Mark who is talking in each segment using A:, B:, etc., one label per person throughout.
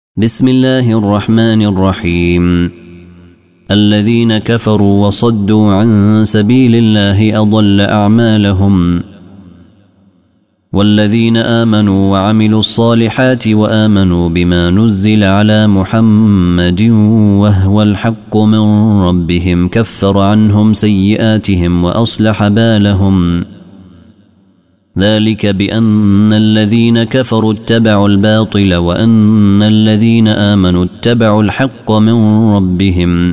A: بسم الله الرحمن الرحيم. الذين كفروا وصدوا عن سبيل الله أضل أعمالهم، والذين آمنوا وعملوا الصالحات وآمنوا بما نزل على محمد وهو الحق من ربهم كفر عنهم سيئاتهم وأصلح بالهم. ذلك بأن الذين كفروا اتبعوا الباطل وأن الذين آمنوا اتبعوا الحق من ربهم.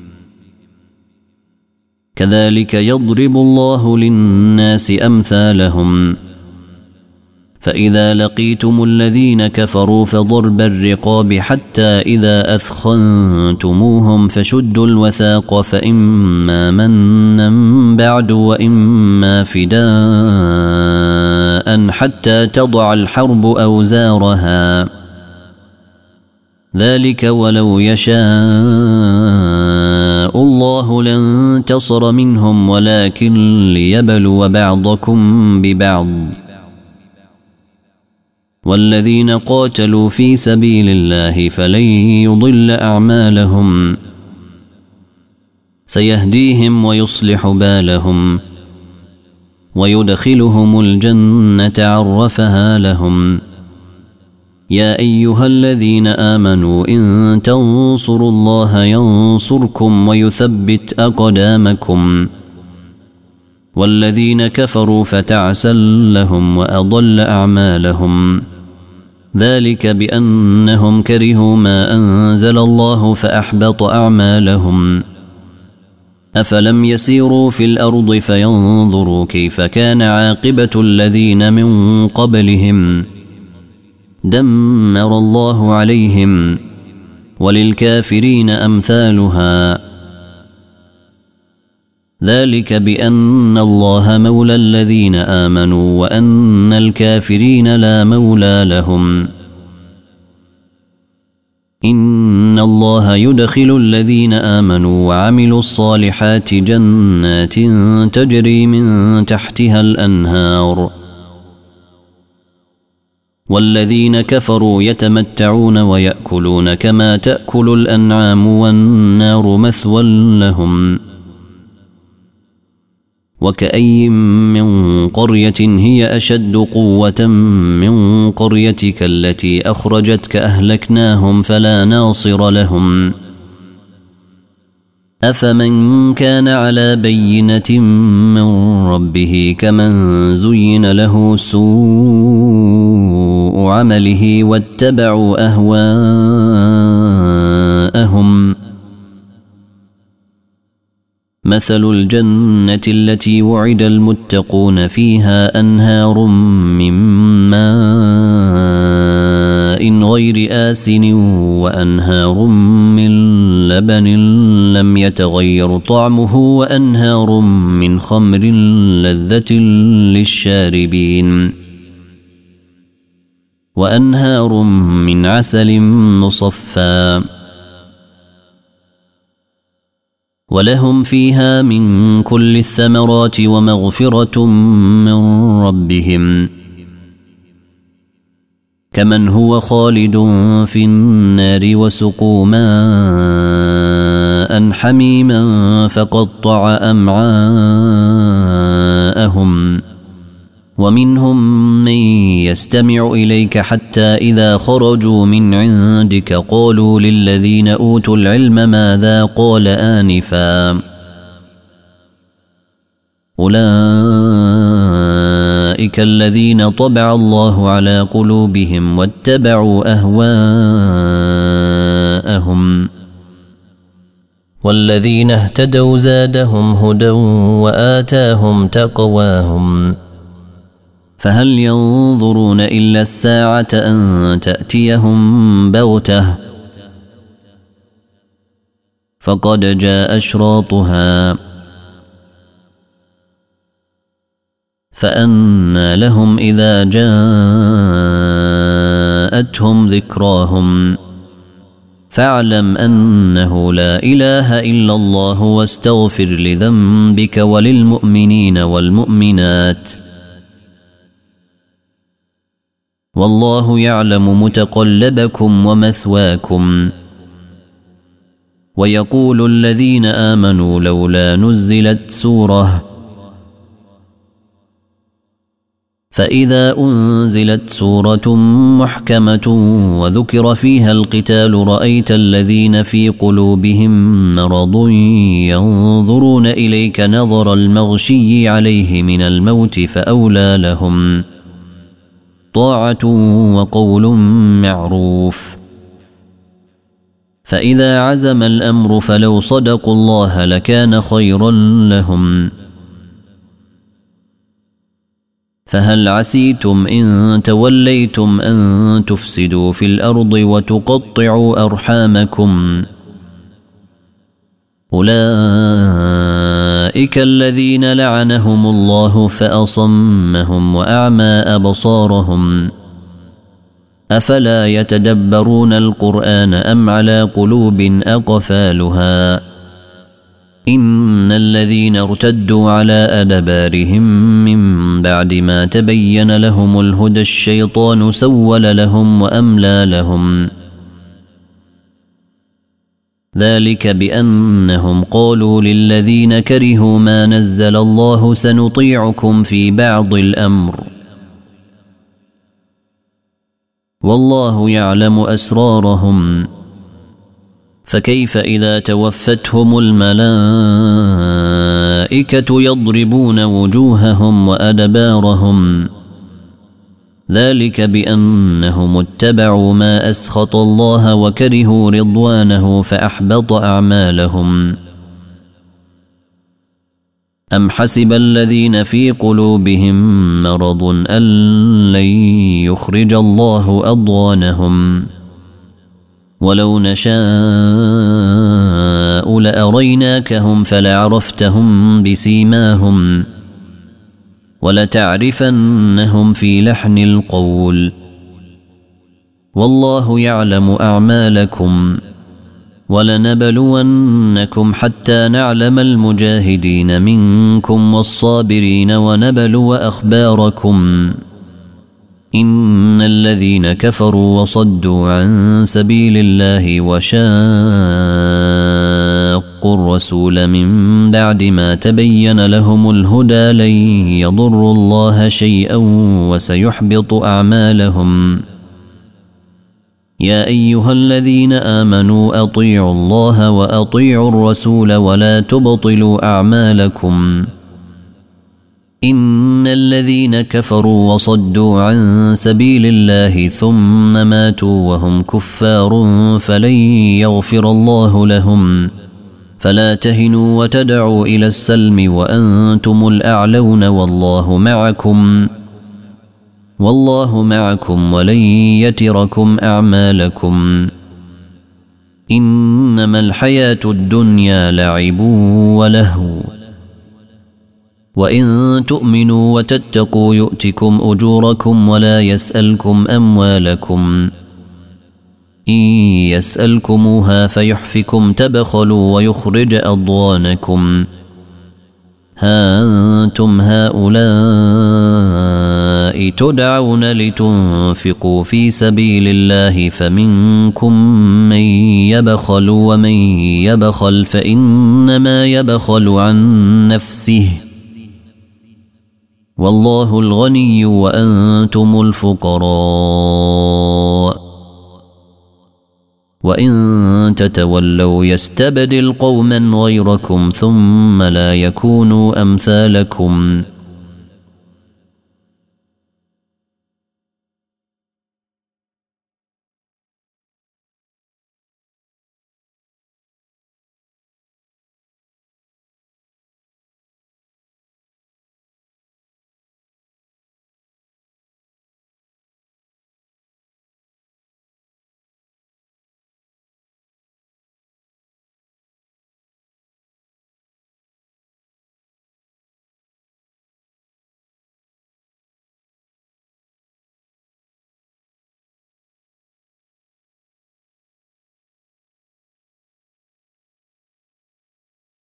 A: كذلك يضرب الله للناس أمثالهم. فإذا لقيتم الذين كفروا فضرب الرقاب حتى إذا أثخنتموهم فشدوا الوثاق فإما منا بعد وإما فداء حتى تضع الحرب أوزارها. ذلك ولو يشاء الله لانتصر منهم ولكن ليبلو بعضكم ببعض. والذين قاتلوا في سبيل الله فلن يضل أعمالهم، سيهديهم ويصلح بالهم ويدخلهم الجنة عرفها لهم. يا أيها الذين آمنوا إن تنصروا الله ينصركم ويثبت أقدامكم. والذين كفروا فتعسا لهم وأضل أعمالهم. ذلك بأنهم كرهوا ما أنزل الله فأحبط أعمالهم. أفلم يسيروا في الأرض فينظروا كيف كان عاقبة الذين من قبلهم. دمر الله عليهم وللكافرين أمثالها. ذلك بأن الله مولى الذين آمنوا وأن الكافرين لا مولى لهم. إن الله يدخل الذين آمنوا وعملوا الصالحات جنات تجري من تحتها الأنهار، والذين كفروا يتمتعون ويأكلون كما تأكل الأنعام والنار مثوى لهم. وكأي من قرية هي أشد قوة من قريتك التي أخرجتك أهلكناهم فلا ناصر لهم. أفمن كان على بينة من ربه كمن زين له سوء عمله واتبعوا أهواءهم. مثل الجنة التي وعد المتقون فيها أنهار من ماء غير آسن وأنهار من لبن لم يتغير طعمه وأنهار من خمر لذة للشاربين وأنهار من عسل مصفى ولهم فيها من كل الثمرات ومغفرة من ربهم. كمن هو خالد في النار وسقوا ماء حميما فقطع أمعاءهم. ومنهم من يستمع إليك حتى إذا خرجوا من عندك قالوا للذين أوتوا العلم ماذا قال آنفا. أولئك الذين طبع الله على قلوبهم واتبعوا أهواءهم. والذين اهتدوا زادهم هدى وآتاهم تقواهم. فهل ينظرون إلا الساعة أن تأتيهم بغتة فقد جاء أشراطها. فأنى لهم إذا جاءتهم ذكراهم. فاعلم أنه لا إله إلا الله واستغفر لذنبك وللمؤمنين والمؤمنات والله يعلم متقلبكم ومثواكم. ويقول الذين آمنوا لولا نزلت سورة، فإذا أنزلت سورة محكمة وذكر فيها القتال رأيت الذين في قلوبهم مرض ينظرون إليك نظر المغشي عليه من الموت فأولى لهم طاعة وقول معروف. فإذا عزم الأمر فلو صدقوا الله لكان خيرا لهم. فهل عسيتم إن توليتم أن تفسدوا في الأرض وتقطعوا أرحامكم؟ أولئك الذين لعنهم الله فأصمهم وأعمى أبصارهم. أفلا يتدبرون القرآن أم على قلوب أقفالها؟ إن الذين ارتدوا على أدبارهم من بعد ما تبين لهم الهدى الشيطان سول لهم وأملى لهم. ذلك بأنهم قالوا للذين كرهوا ما نزل الله سنطيعكم في بعض الأمر والله يعلم أسرارهم. فكيف إذا توفتهم الملائكة يضربون وجوههم وأدبارهم؟ ذلك بأنهم اتبعوا ما أسخط الله وكرهوا رضوانه فأحبط أعمالهم. أم حسب الذين في قلوبهم مرض أن لن يخرج الله أضغانهم؟ ولو نشاء لأريناكهم فلعرفتهم بسيماهم ولتعرفنهم في لحن القول والله يعلم أعمالكم. ولنبلونكم حتى نعلم المجاهدين منكم والصابرين ونبلو أخباركم. إن الذين كفروا وصدوا عن سبيل الله وشاقوا الرسول من بعد ما تبين لهم الهدى لن يضروا الله شيئا وسيحبط أعمالهم. يا أيها الذين آمنوا أطيعوا الله وأطيعوا الرسول ولا تبطلوا أعمالكم. إن الذين كفروا وصدوا عن سبيل الله ثم ماتوا وهم كفار فلن يغفر الله لهم. فلا تهنوا وتدعوا إلى السلم وأنتم الأعلون والله معكم ولن يتركم أعمالكم. إنما الحياة الدنيا لعب ولهو وإن تؤمنوا وتتقوا يؤتكم أجوركم ولا يسألكم أموالكم. إن يسألكموها فيحفكم تبخلوا ويخرج أضغانكم. ها أنتم هؤلاء تدعون لتنفقوا في سبيل الله فمنكم من يبخل ومن يبخل فإنما يبخل عن نفسه والله الغني وأنتم الفقراء. وإن تتولوا يستبدل قوما غيركم ثم لا يكونوا أمثالكم.